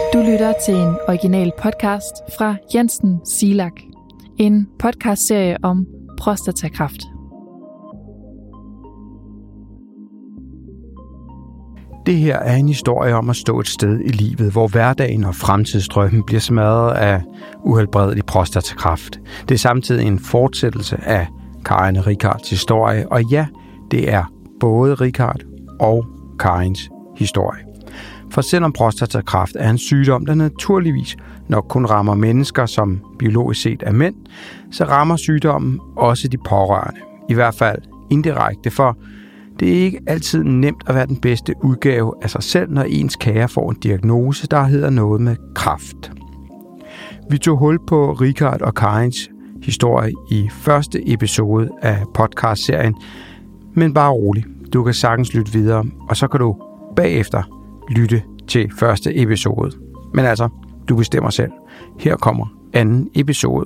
Du lytter til en original podcast fra Jensen Silak. En podcastserie om prostatakræft. Det her er en historie om at stå et sted i livet, hvor hverdagen og fremtidsdrømmen bliver smadret af uhelbredelig prostatakræft. Det er samtidig en fortsættelse af Karin og Rikards historie, og ja, det er både Rikard og Karins historie. For selvom prostatakræft er en sygdom, der naturligvis nok kun rammer mennesker, som biologisk set er mænd, så rammer sygdommen også de pårørende. I hvert fald indirekte, for det er ikke altid nemt at være den bedste udgave af sig selv, når ens kære får en diagnose, der hedder noget med kræft. Vi tog hul på Rikard og Karins historie i første episode af podcastserien, men bare rolig. Du kan sagtens lytte videre, og så kan du bagefter lytte til første episode. Men altså, du bestemmer selv. Her kommer anden episode.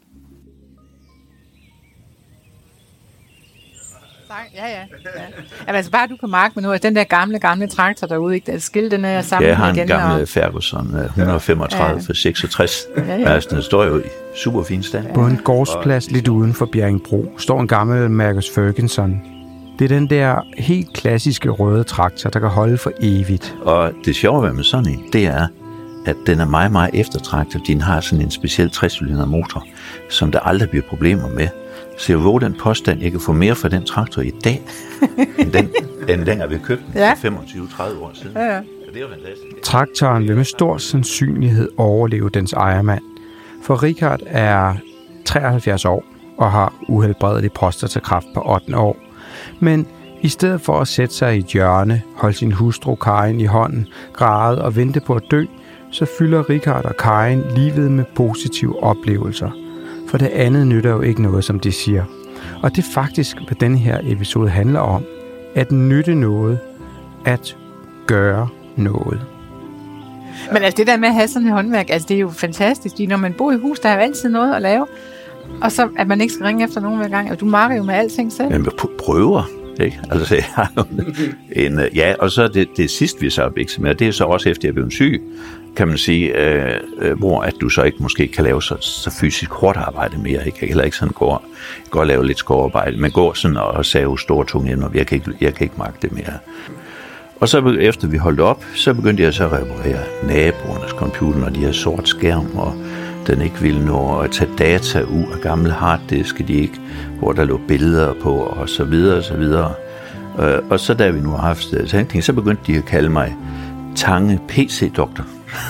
Ja. Jamen, altså bare du kan markere med noget af den der gamle traktor derude, ikke? Der skilte den er sammen igen. Jeg har en gammel Ferguson 135 for 66. Ja. Altså, den står jo i super fin stand. På en gårdsplads lidt uden for Bjerringbro står en gammel Marcus Ferguson. Det er den der helt klassiske røde traktor, der kan holde for evigt. Og det sjove med sådan en, det er, at den er meget, meget eftertragtet. Den har sådan en speciel 60-cylinder motor, som der aldrig bliver problemer med. Så jeg våger den påstand, jeg kan få mere for den traktor i dag, end dengang vi købte den for 25-30 år siden. Ja. Så det er jo fantastisk. Traktoren vil med stor sandsynlighed overleve dens ejermand. For Rikard er 73 år og har uhelbredelig prostatakræft på 8. år. Men i stedet for at sætte sig i et hjørne, holde sin hustru Karin i hånden, græde og vente på at dø, så fylder Rikard og Karin livet med positive oplevelser. For det andet nytter jo ikke noget, som de siger. Og det er faktisk, hvad denne her episode handler om. At nytte noget. At gøre noget. Men altså det der med at have sådan et håndværk, altså det er jo fantastisk. Når man bor i hus, der er jo altid noget at lave. Og så at man ikke skal ringe efter nogen hver gang. Og du marker jo med alting selv. Men prøver, ikke? Altså jeg har jo ja, og så det sidste, vi så er med, det er så også efter jeg blev syg, kan man sige, hvor at du så ikke måske kan lave så fysisk hårdt arbejde mere. Jeg kan heller ikke sådan gå og lave lidt skovarbejde, men gå sådan og save store tunge ind, og jeg kan ikke magte det mere. Og så efter vi holdt op, så begyndte jeg så at reparere naboernes computer, når de havde sort skærm, og den ikke ville nå at tage data ud af gamle harddiske, hvor der lå billeder på, og så videre, og så videre. Og så da vi nu har haft tænkning, så begyndte de at kalde mig Tange PC-doktor.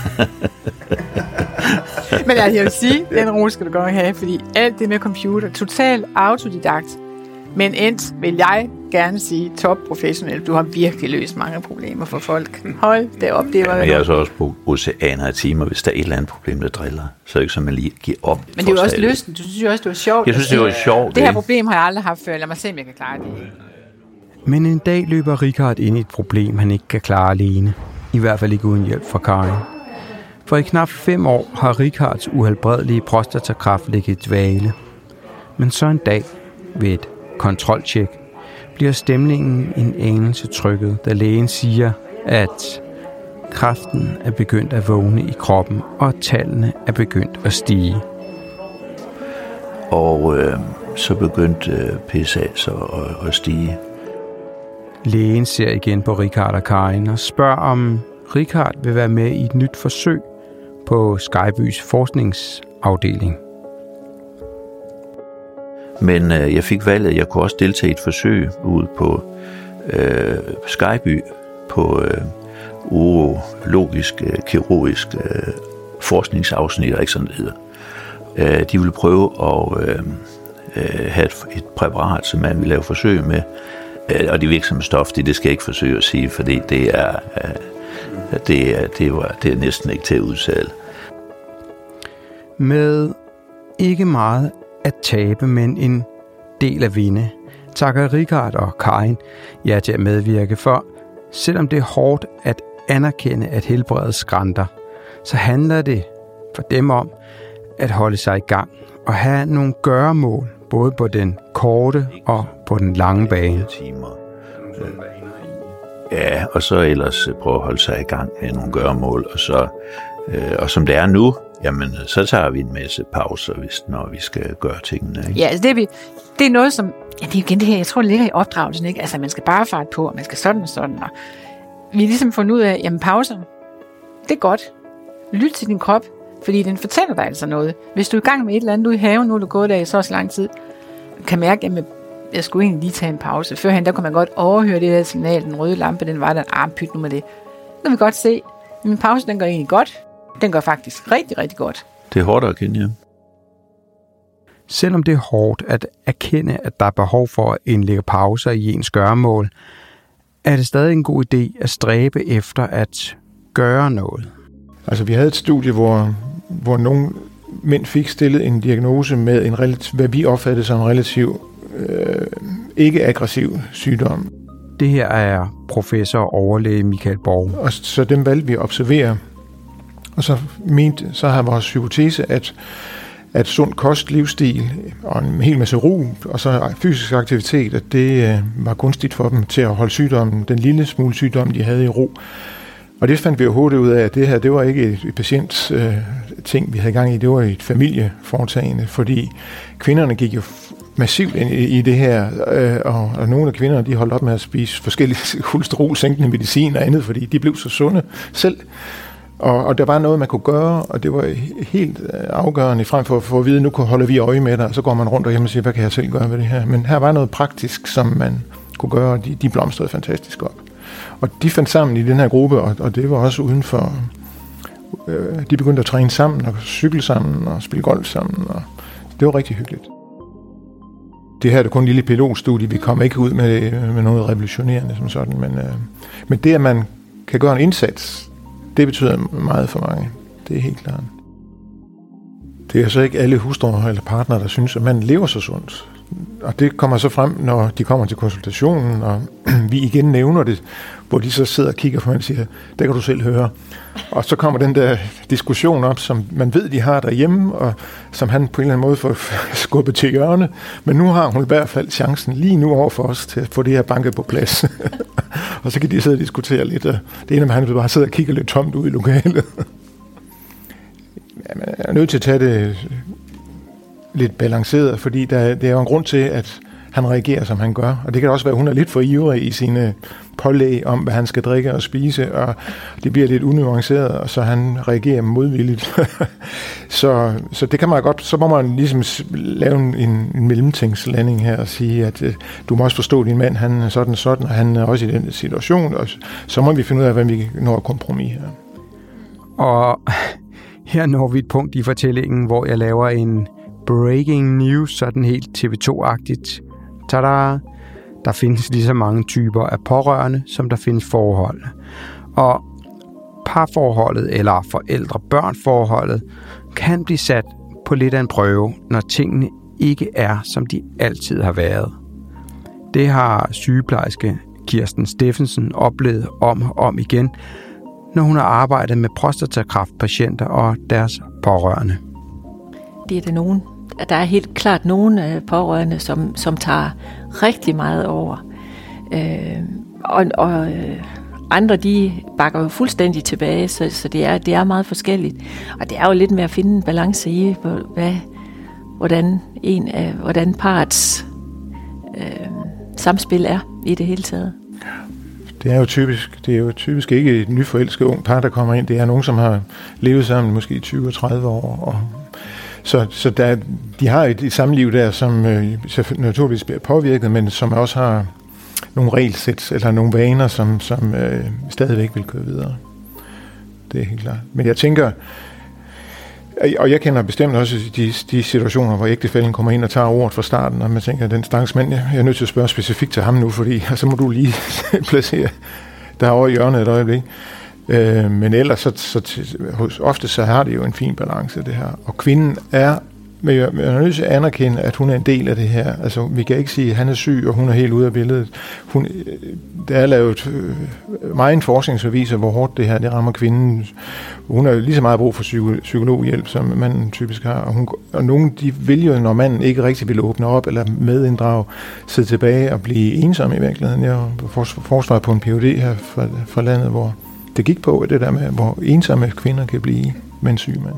Men altså, jeg vil sige, den ro skal du godt have, fordi alt det med computer, total autodidakt, men endt vil jeg gerne sige topprofessionel. Du har virkelig løst mange problemer for folk. Hold det op, det var jeg er så også på oceaner af timer, hvis der er et eller andet problem, der driller. Så er det ikke som man lige giver op. Men det er jo også lysten. Du synes jo også, det var sjovt. Jeg synes, det var sjovt. Det her problem har jeg aldrig haft før. Lad mig se, om jeg kan klare det. Men en dag løber Rikard ind i et problem, han ikke kan klare alene. I hvert fald ikke uden hjælp fra Karin. For i knap 5 år har Rikards uhelbredelige prostatakræft ligget i dvale. Men så en dag, ved et kontroltjek, bliver stemningen en anelse trykket, da lægen siger, at kræften er begyndt at vågne i kroppen, og tallene er begyndt at stige. Og så begyndte PSA så at stige. Lægen ser igen på Rikard og Karin og spørger, om Rikard vil være med i et nyt forsøg på Skejbys forskningsafdeling. Men jeg fik valget, jeg kunne også deltage i et forsøg ude på Skejby på urologisk, kirurgisk forskningsafsnit, ikke sådan det hedder. De ville prøve at have et præparat, som man vil lave forsøg med, og det virksomme stof, det skal jeg ikke forsøge at sige, fordi det er næsten ikke til at udtale. Med ikke meget at tabe, men en del at vinde, takker Rikard og Karin ja til at medvirke, for selvom det er hårdt at anerkende at helbredet skrænter, så handler det for dem om at holde sig i gang og have nogle gøremål, både på den korte og på den lange bane. Ja, og så ellers prøve at holde sig i gang med nogle gøremål, og så Og som det er nu, jamen, så tager vi en masse pauser, når vi skal gøre tingene. Ikke? Ja, altså det er noget, som... Ja, det er igen det her, jeg tror, det ligger i opdragelsen, ikke? Altså, man skal bare farte på, og man skal sådan og sådan. Og vi har ligesom fundet ud af, jamen, pauser, det er godt. Lyt til din krop, fordi den fortæller dig altså noget. Hvis du er i gang med et eller andet ude i haven, nu er du gået der i så lang tid, kan mærke, at jeg skulle egentlig lige tage en pause. Førhen, der kunne man godt overhøre det der signal, den røde lampe, den var der, pyt nu med det. Så kan vi godt se, at min pause, den gør egentlig godt. Den gør faktisk rigtig, rigtig godt. Det er hårdt at erkende, ja. Selvom det er hårdt at erkende, at der er behov for at indlægge pauser i ens gøremål, er det stadig en god idé at stræbe efter at gøre noget. Altså, vi havde et studie, hvor nogle mænd fik stillet en diagnose med hvad vi opfattede som en relativ ikke-aggressiv sygdom. Det her er professor og overlæge Michael Borg. Og så dem valgte vi at observere. Og så har vores hypotese, at sund kost, livsstil og en hel masse ro, og så fysisk aktivitet, at det var gunstigt for dem til at holde sygdommen, den lille smule sygdom, de havde i ro. Og det fandt vi jo hurtigt ud af, at det her, det var ikke et patients ting, vi havde gang i, det var et familieforetagende, fordi kvinderne gik jo massivt ind i det her, og nogle af kvinderne, de holdt op med at spise forskellige kolesterolsænkende medicin og andet, fordi de blev så sunde selv. Og der var noget, man kunne gøre, og det var helt afgørende frem for at få at vide, nu holder vi øje med dig, og så går man rundt og hjem og siger, hvad kan jeg selv gøre med det her? Men her var noget praktisk, som man kunne gøre, og de blomstrede fantastisk op. Og de fandt sammen i den her gruppe, og det var også uden for... De begyndte at træne sammen, og cykle sammen, og spille golf sammen, og det var rigtig hyggeligt. Det her er kun en lille pilotstudie, vi kommer ikke ud med noget revolutionerende som sådan, men det, at man kan gøre en indsats, det betyder meget for mange. Det er helt klart. Det er så ikke alle hustruer eller partnere, der synes, at man lever så sundt. Og det kommer så frem, når de kommer til konsultationen, og vi igen nævner det, hvor de så sidder og kigger på mig og siger, det kan du selv høre. Og så kommer den der diskussion op, som man ved, de har derhjemme, og som han på en eller anden måde får skubbet til hjørne. Men nu har hun i hvert fald chancen lige nu over for os til at få det her banket på plads. Og så kan de sidde og diskutere lidt. Og det ene af han bare sidder og kigger lidt tomt ud i lokalet. Ja, man er nødt til at tage det lidt balanceret, fordi det er jo en grund til, at han reagerer, som han gør. Og det kan også være, at hun er lidt for ivrig i sine pålæg om, hvad han skal drikke og spise, og det bliver lidt unuanceret, og så han reagerer modvilligt. så det kan man godt, så må man ligesom lave en mellemtingslanding her og sige, at du må også forstå, at din mand, han er sådan, og han er også i den situation, og så må vi finde ud af, hvad vi når et kompromis her. Og her når vi et punkt i fortællingen, hvor jeg laver en breaking news, sådan helt TV2-agtigt. Tada! Der findes lige så mange typer af pårørende, som der findes forhold. Og parforholdet eller forældre-børn-forholdet kan blive sat på lidt af en prøve, når tingene ikke er, som de altid har været. Det har sygeplejerske Kirsten Steffensen oplevet om igen, når hun har arbejdet med prostatakræftpatienter og deres pårørende. Det er nogen. Der er helt klart nogle pårørende, som tager rigtig meget over. Og andre, de bakker jo fuldstændig tilbage, så det er meget forskelligt. Og det er jo lidt med at finde en balance i, hvordan parets samspil er i det hele taget. Det er jo typisk ikke et nyforelsket ung par, der kommer ind. Det er nogen, som har levet sammen måske 20 og 30 år, og så de har et samliv der, som naturligvis bliver påvirket, men som også har nogle regelsæt eller nogle vaner, som stadigvæk vil køre videre. Det er helt klart. Men jeg tænker, og jeg kender bestemt også de situationer, hvor ægtefælden kommer ind og tager ordet fra starten, og man tænker, den stakkels mand, jeg er nødt til at spørge specifikt til ham nu, fordi så må du lige placere derovre i hjørnet et øjeblik. Men ellers, så ofte så har det jo en fin balance, det her. Og kvinden er nødt til at anerkende, at hun er en del af det her. Altså, vi kan ikke sige, at han er syg, og hun er helt ude af billedet. Der er lavet meget forskning, som viser, hvor hårdt det her det rammer kvinden. Hun har lige så meget brug for psykologhjælp, som manden typisk har. Og nogen, de vil jo, når manden ikke rigtig vil åbne op, eller medinddrage, sidde tilbage og blive ensom i virkeligheden. Jeg har forsvaret på en PhD her fra landet, hvor det gik på, det der med, hvor ensomme kvinder kan blive med en syg mand.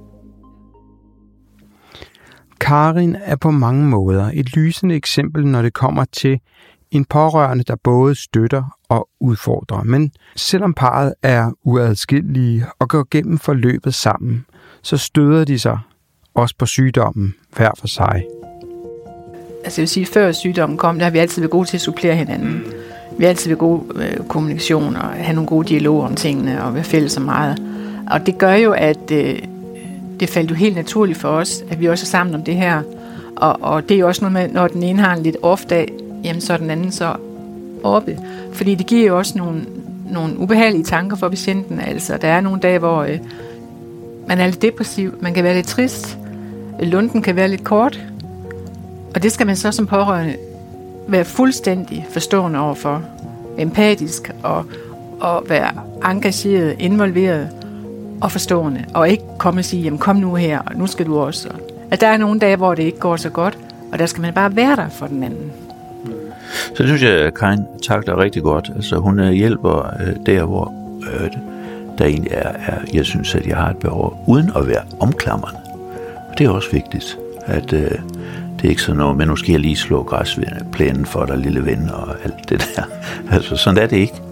Karin er på mange måder et lysende eksempel, når det kommer til en pårørende, der både støtter og udfordrer. Men selvom parret er uadskillelige og går gennem forløbet sammen, så støder de sig også på sygdommen hver for sig. Altså jeg vil sige, før sygdommen kom, der har vi altid været gode til at supplere hinanden. Vi har altid været gode kommunikation og have nogle gode dialoger om tingene og være fælles om meget. Og det gør jo, at det faldt jo helt naturligt for os, at vi også er sammen om det her. Og det er jo også noget med, når den ene har en lidt off-dag, jamen så er den anden så oppe. Fordi det giver jo også nogle ubehagelige tanker for patienten. Altså, der er nogle dage, hvor man er lidt depressiv, man kan være lidt trist, lunden kan være lidt kort. Og det skal man så som pårørende være fuldstændig forstående overfor. Empatisk og være engageret, involveret og forstående. Og ikke komme og sige, jamen kom nu her, og nu skal du også. At der er nogle dage, hvor det ikke går så godt, og der skal man bare være der for den anden. Så synes jeg, at Karin takler rigtig godt. Altså hun hjælper der, hvor der egentlig er, jeg synes, at jeg har et behov, uden at være omklamrende. Og det er også vigtigt, at det er ikke sådan noget, men nu skal jeg lige slå græsplænen for dig, lille ven, og alt det der. Altså sådan er det ikke.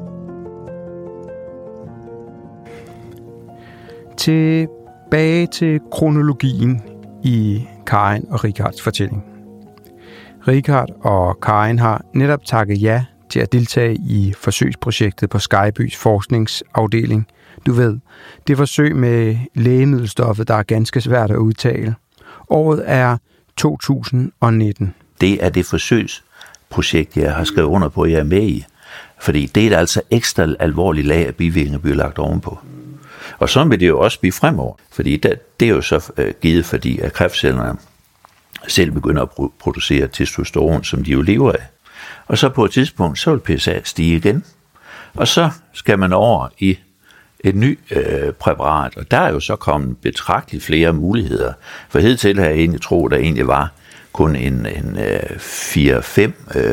Tilbage til kronologien i Karin og Richards fortælling. Richard og Karin har netop takket ja til at deltage i forsøgsprojektet på Skejbys forskningsafdeling. Du ved, det forsøg med lægemiddelstoffet, der er ganske svært at udtale. Året er 2019. Det er det forsøgsprojekt, jeg har skrevet under på, jeg er med i. Fordi det er der altså ekstra alvorlige lag af bivirkninger, bliver lagt ovenpå. Og sådan vil det jo også blive fremover. Fordi det er jo så givet, fordi at kræftcellerne selv begynder at producere testosteron, som de jo lever af. Og så på et tidspunkt, så vil PSA stige igen. Og så skal man over i et nyt præparat, og der er jo så kommet betragteligt flere muligheder. For hidtil har jeg egentlig troet, der egentlig var kun en 4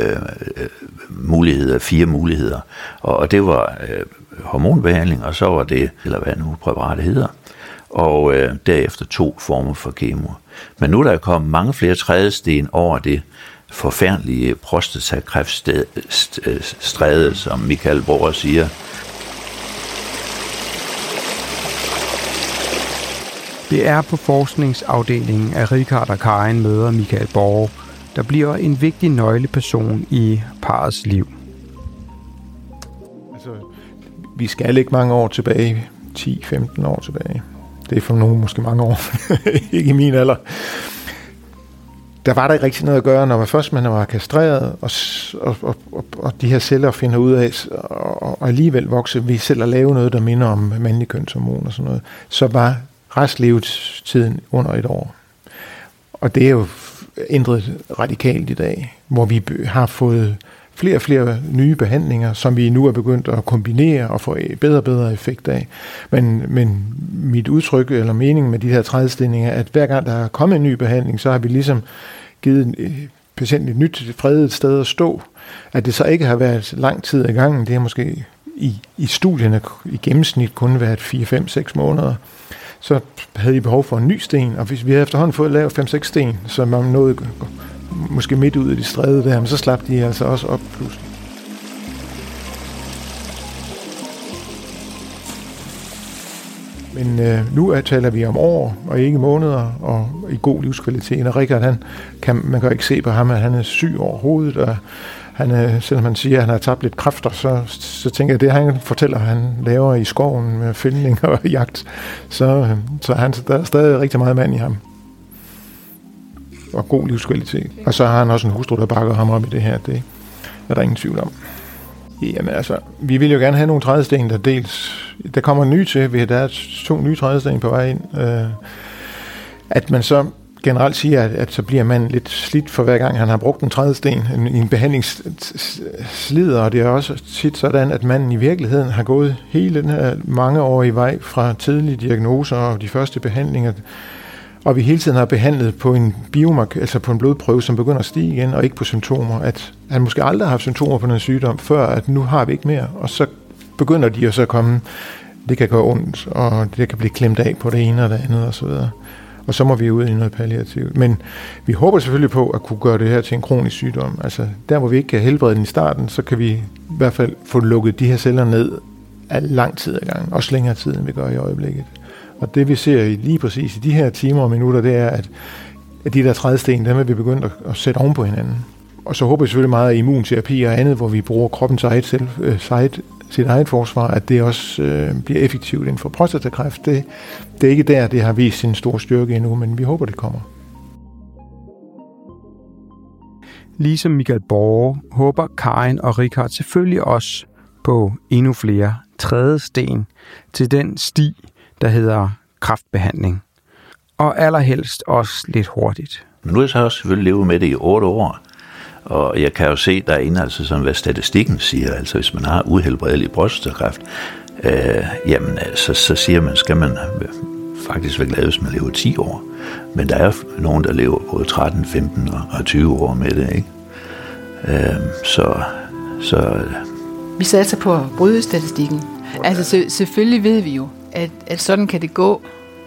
muligheder. Og det var hormonbehandling, og så var det, eller hvad nu præparatet hedder, og derefter 2 former for kemo. Men nu er der kommet mange flere trædesten over det forfærdelige prostatakræftstræde, som Michael Brøger siger. Det er på forskningsafdelingen, at Richard og Karin møder Michael Borg, der bliver en vigtig nøgleperson i parrets liv. Altså, vi skal ikke mange år tilbage, 10-15 år tilbage. Det er for nogen måske mange år, ikke i min alder. Der var der ikke rigtig noget at gøre, når man var kastreret, og de her celler finder ud af, og alligevel vokser vi selv at lave noget, der minder om mandlig kønshormon og sådan noget, så var restlevetiden under 1 år. Og det er jo ændret radikalt i dag, hvor vi har fået flere og flere nye behandlinger, som vi nu er begyndt at kombinere og få bedre og bedre effekt af. Men mit udtryk eller mening med de her trædestendinger er, at hver gang der er kommet en ny behandling, så har vi ligesom givet patienten et nyt fredet sted at stå. At det så ikke har været lang tid ad gangen, det har måske i studierne i gennemsnit kun været 4-5-6 måneder. Så havde de behov for en ny sten, og hvis vi havde efterhånden fået lavet 5-6 sten, så man nåede måske midt ud af de stræde der, men så slap de altså også op pludselig. Men nu taler vi om år, og ikke måneder, og i god livskvalitet. Og Richard, man kan ikke se på ham, at han er syg overhovedet, og selvom man siger, at han har tabt lidt kræfter, så tænker jeg, at det han fortæller, at han laver i skoven med fældning og jagt, så der er stadig rigtig meget mand i ham. Og god livskvalitet. Og så har han også en hustru, der bakker ham op i det her. Det er der ingen tvivl om. Jamen altså, vi vil jo gerne have nogle trædesten, der kommer en ny til. Der er 2 nye trædesten på vej ind. At man så generelt siger, at så bliver man lidt slidt for hver gang, han har brugt en trædesten i en behandlingsslider, og det er også tit sådan, at manden i virkeligheden har gået hele den her mangeårige vej fra tidlige diagnoser og de første behandlinger, og vi hele tiden har behandlet på en altså på en blodprøve, som begynder at stige igen, og ikke på symptomer. At han måske aldrig har haft symptomer på den sygdom, før at nu har vi ikke mere, og så begynder de jo så at komme, det kan gå ondt, og det kan blive klemt af på det ene og det andet osv. Og så må vi ud i noget palliativt. Men vi håber selvfølgelig på at kunne gøre det her til en kronisk sygdom. Altså der, hvor vi ikke kan helbrede den i starten, så kan vi i hvert fald få lukket de her celler ned af lang tid ad gangen. Også længere tid, end vi gør i øjeblikket. Og det vi ser lige præcis i de her timer og minutter, det er, at de der trædesten, dem er vi begyndt at sætte oven på hinanden. Og så håber jeg selvfølgelig meget af immunterapi og andet, hvor vi bruger kroppens sit eget forsvar, at det også bliver effektivt inden for prostatakræft. Det er ikke der, det har vist sin store styrke endnu, men vi håber, det kommer. Ligesom Michael Borge håber Karin og Richard selvfølgelig også på endnu flere trædesten til den sti, der hedder kræftbehandling. Og allerhelst også lidt hurtigt. Men nu har jeg så også selvfølgelig levet med det i 8 år. Og jeg kan jo se derinde, altså sådan, hvad statistikken siger, altså hvis man har uhelbredelig prostatakræft, jamen så siger man, skal man faktisk være glad, hvis man lever 10 år. Men der er nogen, der lever både 13, 15 og 20 år med det, ikke? Så vi satser på at bryde statistikken. Altså selvfølgelig ved vi jo, at sådan kan det gå.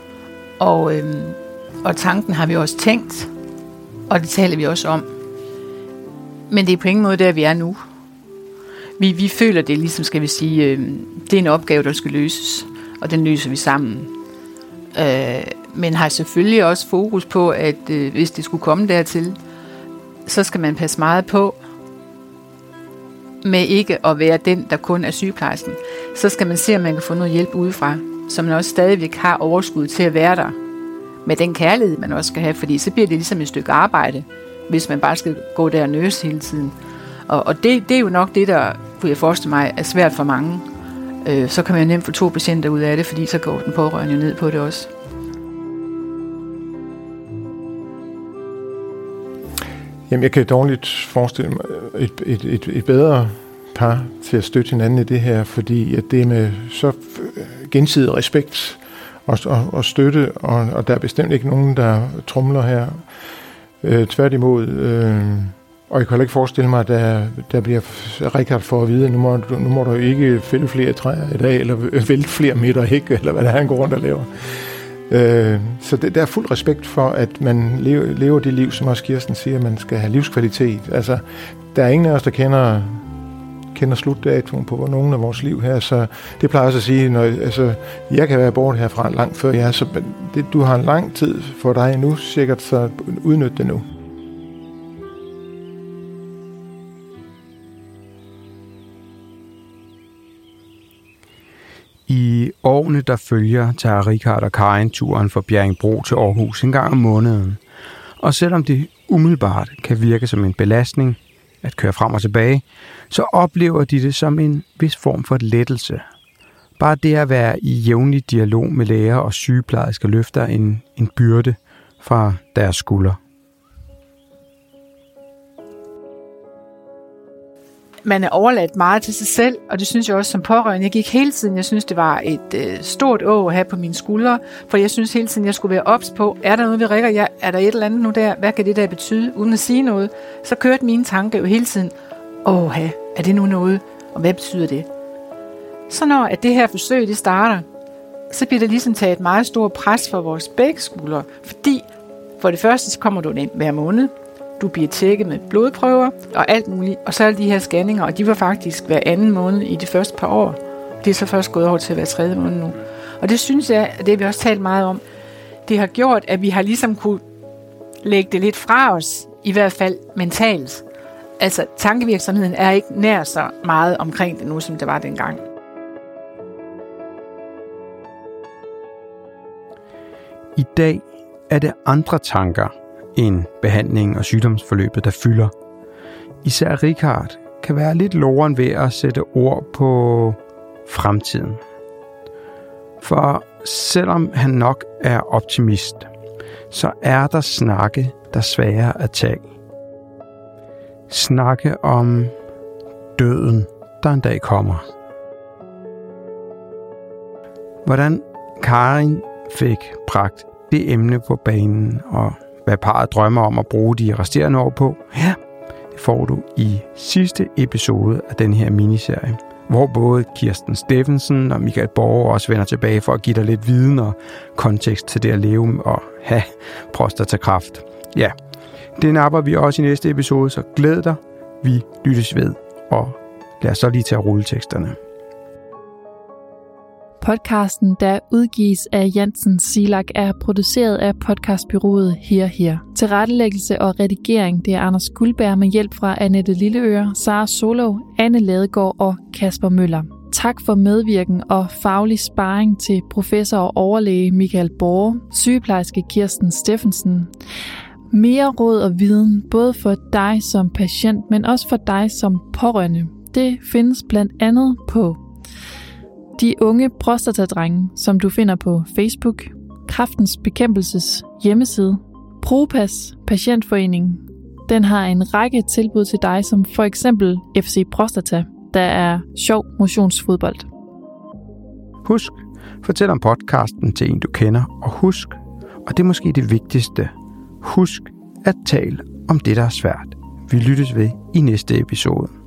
Og tanken har vi også tænkt, og det taler vi også om. Men det er på ingen måde der, vi er nu. Vi føler det ligesom, skal vi sige, det er en opgave, der skal løses, og den løser vi sammen. Men har selvfølgelig også fokus på, at hvis det skulle komme dertil, så skal man passe meget på med ikke at være den, der kun er sygeplejersken. Så skal man se, om man kan få noget hjælp udefra, så man også stadigvæk har overskud til at være der med den kærlighed, man også skal have, fordi så bliver det ligesom et stykke arbejde, hvis man bare skal gå der og nøse hele tiden. Og det er jo nok det, der, kunne jeg forestille mig, er svært for mange. Så kan man jo nemt få 2 patienter ud af det, fordi så går den pårørende ned på det også. Jamen, jeg kan dårligt forestille mig et bedre par til at støtte hinanden i det her, fordi at det er med så gensidig respekt og støtte, og der er bestemt ikke nogen, der tromler her. Tværtimod, og jeg kan heller ikke forestille mig, at der bliver Richard for at vide, nu må du ikke fælde flere træer i dag, eller vælte flere meter hæk, eller hvad der er, han går rundt og laver. Så der er fuld respekt for, at man lever det liv, som også Kirsten siger, man skal have livskvalitet. Altså, der er ingen af os, der kender slutdatoen på nogen af vores liv her, så det plejer også at sige, jeg kan være bort herfra langt før jeg, så du har en lang tid for dig nu, sikkert, så udnyt det nu. I årene, der følger, tager Richard og Karin turen fra Bjerringbro til Aarhus en gang om måneden. Og selvom det umiddelbart kan virke som en belastning at køre frem og tilbage, så oplever de det som en vis form for lettelse. Bare det at være i jævnlig dialog med læger og sygeplejersker løfter en byrde fra deres skuldre. Man er overladt meget til sig selv, og det synes jeg også som pårørende. Jeg gik hele tiden, jeg synes det var et stort åg at have på mine skuldre, for jeg synes hele tiden, jeg skulle være ops på, er der noget ved Rikker? Ja, er der et eller andet nu der? Hvad kan det der betyde? Uden at sige noget, så kørte mine tanker jo hele tiden, er det nu noget? Og hvad betyder det? Så når at det her forsøg, det starter, så bliver der ligesom taget et meget stort pres for vores begge skuldre, fordi for det første, så kommer du ind hver måned, du bliver tjekket med blodprøver og alt muligt, og så er de her scanninger, og de var faktisk hver anden måned i de første par år. Det er så først gået over til hver 3. måned nu. Og det synes jeg, det har vi også talt meget om, det har gjort, at vi har ligesom kunne lægge det lidt fra os, i hvert fald mentalt. Altså, tankevirksomheden er ikke nær så meget omkring det nu, som det var dengang. I dag er det andre tanker end behandling og sygdomsforløbet, der fylder. Især Richard kan være lidt loren ved at sætte ord på fremtiden. For selvom han nok er optimist, så er der snakke, der er svære at tage. Snakke om døden, der en dag kommer. Hvordan Karin fik bragt det emne på banen, og hvad parret drømmer om at bruge de resterende år på, ja, det får du i sidste episode af den her miniserie. hvor både Kirsten Steffensen og Michael Borger også vender tilbage for at give dig lidt viden og kontekst til det at leve og have prostatakræft. Ja, det napper vi også i næste episode, så glæd dig. Vi lyttes ved, og lad os så lige tage rulleteksterne. Podcasten, der udgives af Jansen Silak, er produceret af podcastbureauet Her. Tilrettelæggelse og redigering, det er Anders Guldberg med hjælp fra Annette Lilleøre, Sara Solov, Anne Ladegaard og Kasper Møller. Tak for medvirken og faglig sparring til professor og overlæge Michael Borger, sygeplejerske Kirsten Steffensen. Mere råd og viden, både for dig som patient, men også for dig som pårørende. Det findes blandt andet på De Unge Prostatadrenge, som du finder på Facebook, Kræftens Bekæmpelses hjemmeside, Propas Patientforening. Den har en række tilbud til dig, som for eksempel FC Prostata, der er sjov motionsfodbold. Husk, fortæl om podcasten til en, du kender, og husk, og det er måske det vigtigste, husk at tale om det, der er svært. Vi lyttes ved i næste episode.